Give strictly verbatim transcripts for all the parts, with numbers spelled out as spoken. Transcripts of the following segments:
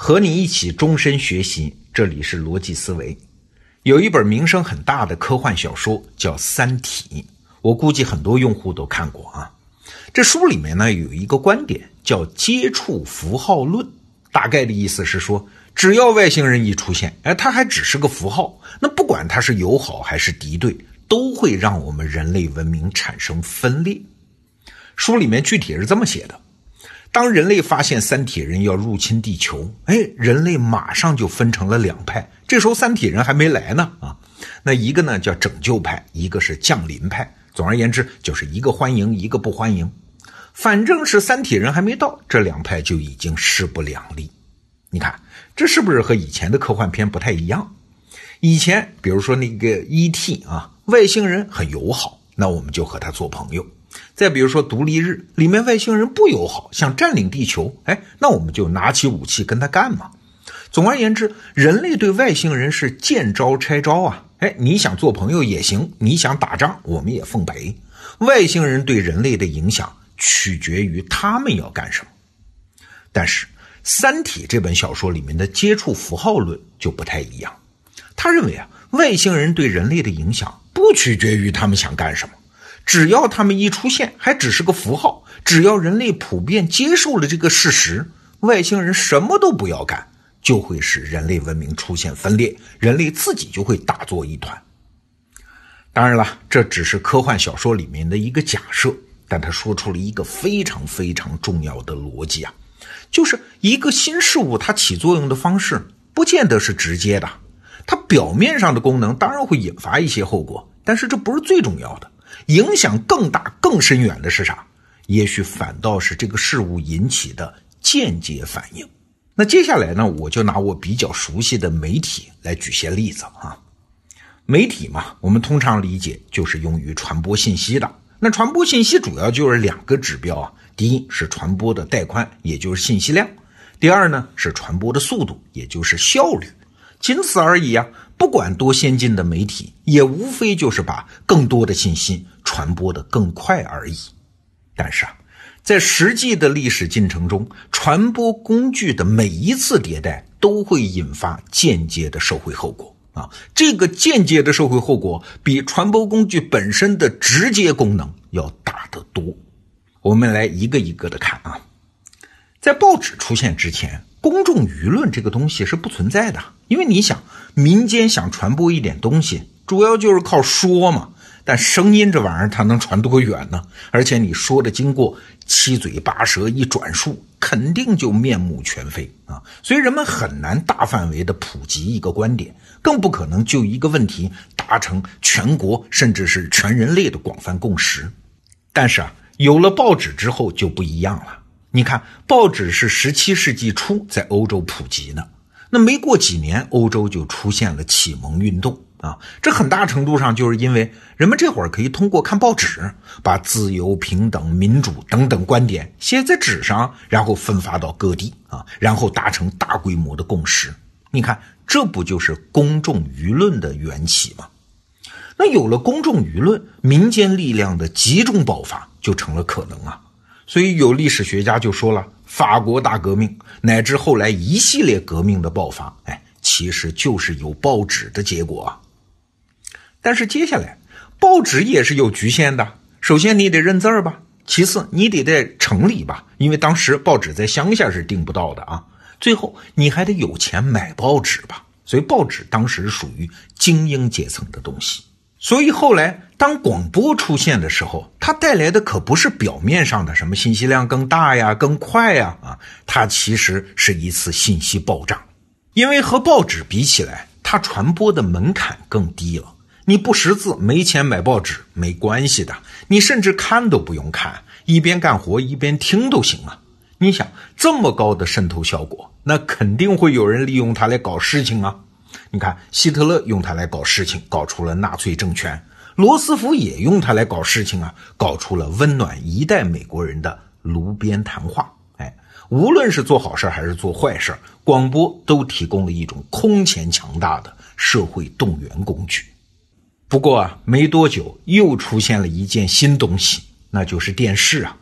和你一起终身学习，这里是逻辑思维。有一本名声很大的科幻小说叫《三体》，我估计很多用户都看过啊。这书里面呢有一个观点叫接触符号论，大概的意思是说，只要外星人一出现，哎，它还只是个符号，那不管它是友好还是敌对，都会让我们人类文明产生分裂。书里面具体是这么写的，当人类发现三体人要入侵地球，哎，人类马上就分成了两派。这时候三体人还没来呢啊，那一个呢叫拯救派，一个是降临派。总而言之，就是一个欢迎，一个不欢迎。反正是三体人还没到，这两派就已经势不两立。你看，这是不是和以前的科幻片不太一样？以前比如说那个 E T 啊，外星人很友好，那我们就和他做朋友。再比如说独立日，里面外星人不友好，想占领地球，哎，那我们就拿起武器跟他干嘛。总而言之，人类对外星人是见招拆招啊，哎，你想做朋友也行，你想打仗我们也奉陪。外星人对人类的影响取决于他们要干什么。但是《三体》这本小说里面的接触符号论就不太一样，他认为啊，外星人对人类的影响不取决于他们想干什么，只要他们一出现还只是个符号，只要人类普遍接受了这个事实，外星人什么都不要干，就会使人类文明出现分裂，人类自己就会打作一团。当然了，这只是科幻小说里面的一个假设，但他说出了一个非常非常重要的逻辑啊，就是一个新事物它起作用的方式不见得是直接的，它表面上的功能当然会引发一些后果，但是这不是最重要的，影响更大更深远的是啥？也许反倒是这个事物引起的间接反应。那接下来呢，我就拿我比较熟悉的媒体来举些例子啊。媒体嘛，我们通常理解就是用于传播信息的。那传播信息主要就是两个指标啊，第一是传播的带宽，也就是信息量；第二呢是传播的速度，也就是效率。仅此而已啊，不管多先进的媒体，也无非就是把更多的信息传播得更快而已。但是啊，在实际的历史进程中，传播工具的每一次迭代都会引发间接的社会后果啊，这个间接的社会后果比传播工具本身的直接功能要大得多。我们来一个一个的看啊。在报纸出现之前，公众舆论这个东西是不存在的，因为你想，民间想传播一点东西，主要就是靠说嘛，但声音这玩意儿它能传多远呢？而且你说的经过七嘴八舌一转述，肯定就面目全非啊！所以人们很难大范围的普及一个观点，更不可能就一个问题达成全国甚至是全人类的广泛共识。但是啊，有了报纸之后就不一样了。你看，报纸是十七世纪初在欧洲普及的，那没过几年，欧洲就出现了启蒙运动啊，这很大程度上就是因为人们这会儿可以通过看报纸，把自由、平等、民主等等观点写在纸上，然后分发到各地啊，然后达成大规模的共识。你看，这不就是公众舆论的缘起吗？那有了公众舆论，民间力量的集中爆发就成了可能啊。所以有历史学家就说了，法国大革命乃至后来一系列革命的爆发，哎，其实就是有报纸的结果啊。但是接下来，报纸也是有局限的。首先你得认字儿吧，其次你得在城里吧，因为当时报纸在乡下是订不到的啊。最后你还得有钱买报纸吧，所以报纸当时属于精英阶层的东西。所以后来当广播出现的时候，它带来的可不是表面上的什么信息量更大呀更快呀啊，它其实是一次信息爆炸。因为和报纸比起来，它传播的门槛更低了，你不识字没钱买报纸没关系的，你甚至看都不用看，一边干活一边听都行啊。你想这么高的渗透效果，那肯定会有人利用它来搞事情啊。你看希特勒用它来搞事情，搞出了纳粹政权，罗斯福也用它来搞事情啊，搞出了温暖一代美国人的炉边谈话。哎，无论是做好事还是做坏事，广播都提供了一种空前强大的社会动员工具。不过啊，没多久又出现了一件新东西，那就是电视啊。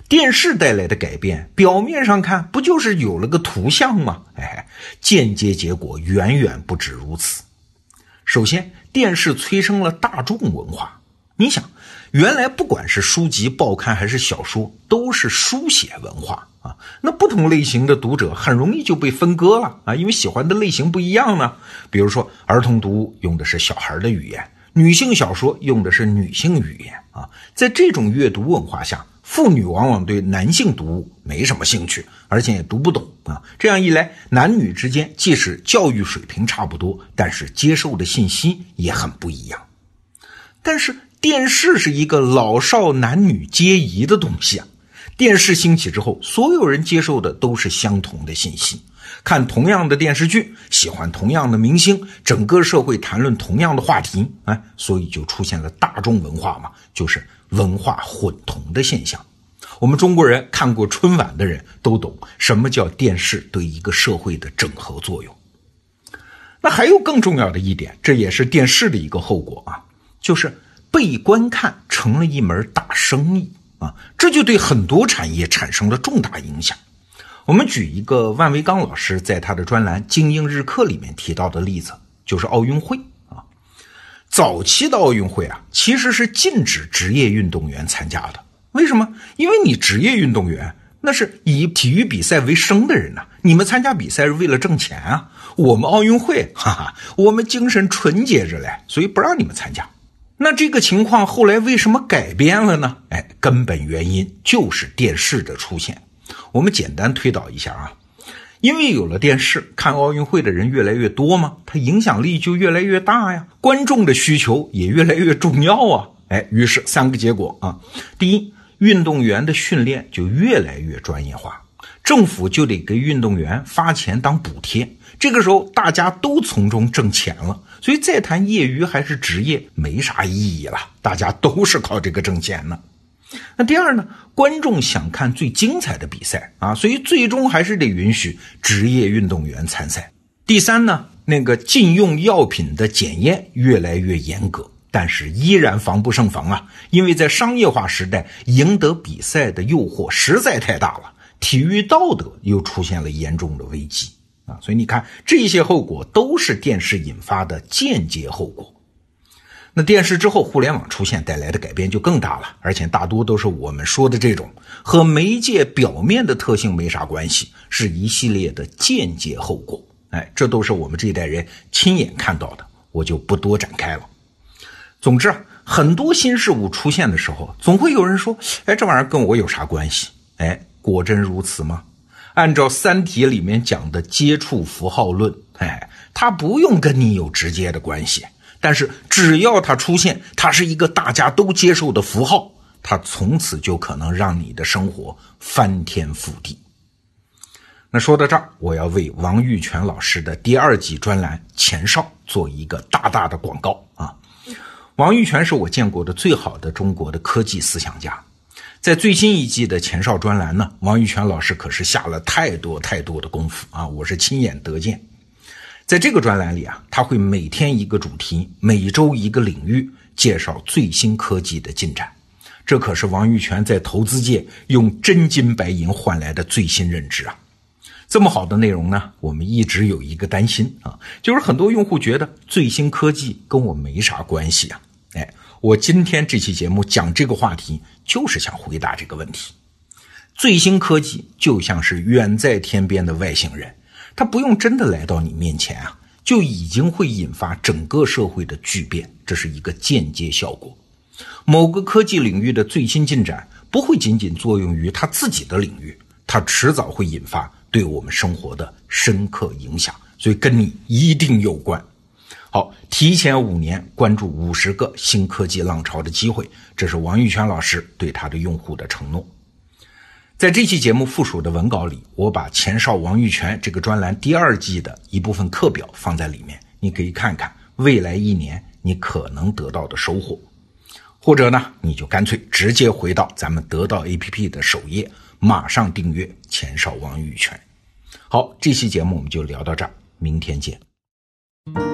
电视带来的改变，表面上看不就是有了个图像吗？哎，间接结果远远不止如此。首先，电视催生了大众文化。你想，原来不管是书籍、报刊还是小说，都是书写文化啊。那不同类型的读者很容易就被分割了啊，因为喜欢的类型不一样呢。比如说，儿童读物用的是小孩的语言，女性小说用的是女性语言啊。在这种阅读文化下，妇女往往对男性读物没什么兴趣，而且也读不懂啊。这样一来，男女之间即使教育水平差不多，但是接受的信息也很不一样。但是电视是一个老少男女皆宜的东西啊。电视兴起之后，所有人接受的都是相同的信息，看同样的电视剧，喜欢同样的明星，整个社会谈论同样的话题，哎，所以就出现了大众文化嘛，就是文化混同的现象。我们中国人看过春晚的人都懂什么叫电视对一个社会的整合作用。那还有更重要的一点，这也是电视的一个后果啊，就是被观看成了一门大生意啊，这就对很多产业产生了重大影响。我们举一个万维钢老师在他的专栏《精英日课》里面提到的例子，就是奥运会啊。早期的奥运会啊，其实是禁止职业运动员参加的。为什么？因为你职业运动员那是以体育比赛为生的人啊，你们参加比赛是为了挣钱啊。我们奥运会，哈哈，我们精神纯洁着嘞，所以不让你们参加。那这个情况后来为什么改变了呢？哎，根本原因就是电视的出现。我们简单推导一下啊，因为有了电视，看奥运会的人越来越多嘛，它影响力就越来越大呀，观众的需求也越来越重要啊。哎，于是三个结果啊，第一，运动员的训练就越来越专业化，政府就得给运动员发钱当补贴，这个时候大家都从中挣钱了，所以再谈业余还是职业没啥意义了，大家都是靠这个挣钱呢。那第二呢，观众想看最精彩的比赛啊，所以最终还是得允许职业运动员参赛。第三呢，那个禁用药品的检验越来越严格，但是依然防不胜防啊，因为在商业化时代，赢得比赛的诱惑实在太大了，体育道德又出现了严重的危机啊，所以你看，这些后果都是电视引发的间接后果。那电视之后，互联网出现带来的改变就更大了，而且大多都是我们说的这种和媒介表面的特性没啥关系，是一系列的间接后果。哎，这都是我们这一代人亲眼看到的，我就不多展开了。总之啊，很多新事物出现的时候，总会有人说，哎，这玩意儿跟我有啥关系？哎，果真如此吗？按照《三体》里面讲的接触符号论，哎，它不用跟你有直接的关系，但是只要它出现，它是一个大家都接受的符号，它从此就可能让你的生活翻天覆地。那说到这儿，我要为王玉泉老师的第二季专栏《前哨》做一个大大的广告啊！王玉泉是我见过的最好的中国的科技思想家。在最新一季的前哨专栏呢，王玉泉老师可是下了太多太多的功夫啊，我是亲眼得见。在这个专栏里啊，他会每天一个主题，每周一个领域，介绍最新科技的进展。这可是王玉泉在投资界用真金白银换来的最新认知啊！这么好的内容呢，我们一直有一个担心啊，就是很多用户觉得最新科技跟我没啥关系啊。哎，我今天这期节目讲这个话题，就是想回答这个问题。最新科技就像是远在天边的外星人，他不用真的来到你面前啊，就已经会引发整个社会的巨变，这是一个间接效果。某个科技领域的最新进展不会仅仅作用于它自己的领域，它迟早会引发对我们生活的深刻影响，所以跟你一定有关。好，提前五年关注五十个新科技浪潮的机会，这是王玉泉老师对他的用户的承诺。在这期节目附属的文稿里，我把前哨王玉泉这个专栏第二季的一部分课表放在里面，你可以看看未来一年你可能得到的收获。或者呢，你就干脆直接回到咱们得到 A P P 的首页，马上订阅前哨王玉泉。好，这期节目我们就聊到这儿，明天见。